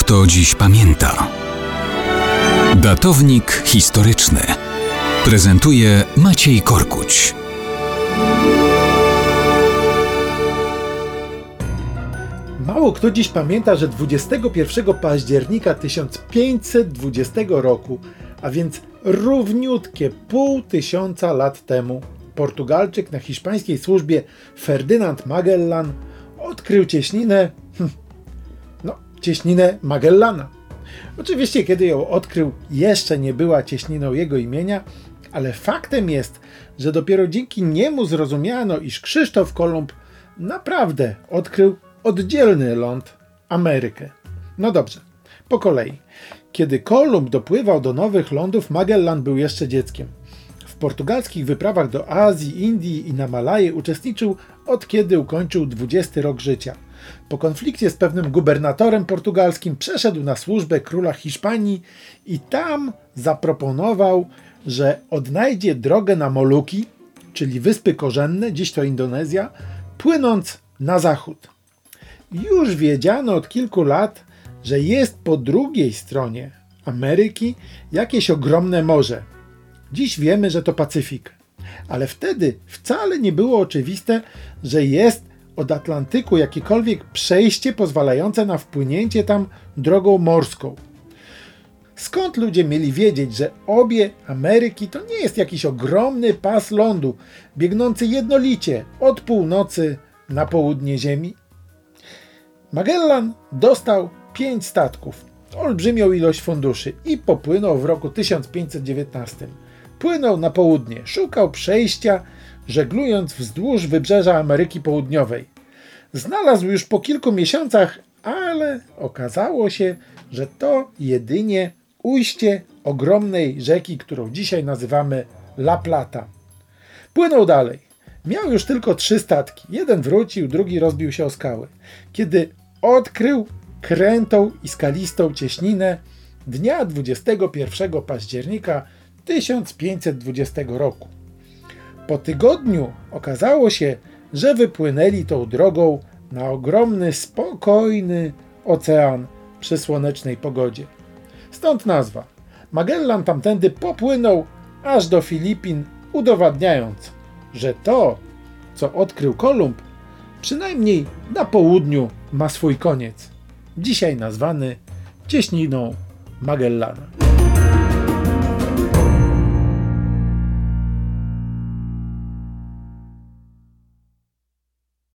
kto dziś pamięta. Datownik historyczny prezentuje Maciej Korkuć. Mało kto dziś pamięta, że 21 października 1520 roku, a więc równiutkie 500 lat temu, Portugalczyk na hiszpańskiej służbie Ferdynand Magellan odkrył cieśninę Magellana. Oczywiście, kiedy ją odkrył, jeszcze nie była cieśniną jego imienia, ale faktem jest, że dopiero dzięki niemu zrozumiano, iż Krzysztof Kolumb naprawdę odkrył oddzielny ląd, Amerykę. No dobrze, po kolei. Kiedy Kolumb dopływał do nowych lądów, Magellan był jeszcze dzieckiem. W portugalskich wyprawach do Azji, Indii i na Malaje uczestniczył od kiedy ukończył 20 rok życia. Po konflikcie z pewnym gubernatorem portugalskim przeszedł na służbę króla Hiszpanii i tam zaproponował, że odnajdzie drogę na Moluki, czyli Wyspy Korzenne, dziś to Indonezja, płynąc na zachód. Już wiedziano od kilku lat, że jest po drugiej stronie Ameryki jakieś ogromne morze. Dziś wiemy, że to Pacyfik, ale wtedy wcale nie było oczywiste, że jest od Atlantyku jakiekolwiek przejście pozwalające na wpłynięcie tam drogą morską. Skąd ludzie mieli wiedzieć, że obie Ameryki to nie jest jakiś ogromny pas lądu, biegnący jednolicie od północy na południe Ziemi? Magellan dostał 5 statków, olbrzymią ilość funduszy i popłynął w roku 1519. Płynął na południe, szukał przejścia, żeglując wzdłuż wybrzeża Ameryki Południowej. Znalazł już po kilku miesiącach, ale okazało się, że to jedynie ujście ogromnej rzeki, którą dzisiaj nazywamy La Plata. Płynął dalej. Miał już tylko 3 statki. Jeden wrócił, drugi rozbił się o skały. Kiedy odkrył krętą i skalistą cieśninę dnia 21 października 1520 roku. Po tygodniu okazało się, że wypłynęli tą drogą na ogromny, spokojny ocean przy słonecznej pogodzie. Stąd nazwa. Magellan tamtędy popłynął aż do Filipin, udowadniając, że to, co odkrył Kolumb, przynajmniej na południu ma swój koniec, dzisiaj nazwany cieśniną Magellana.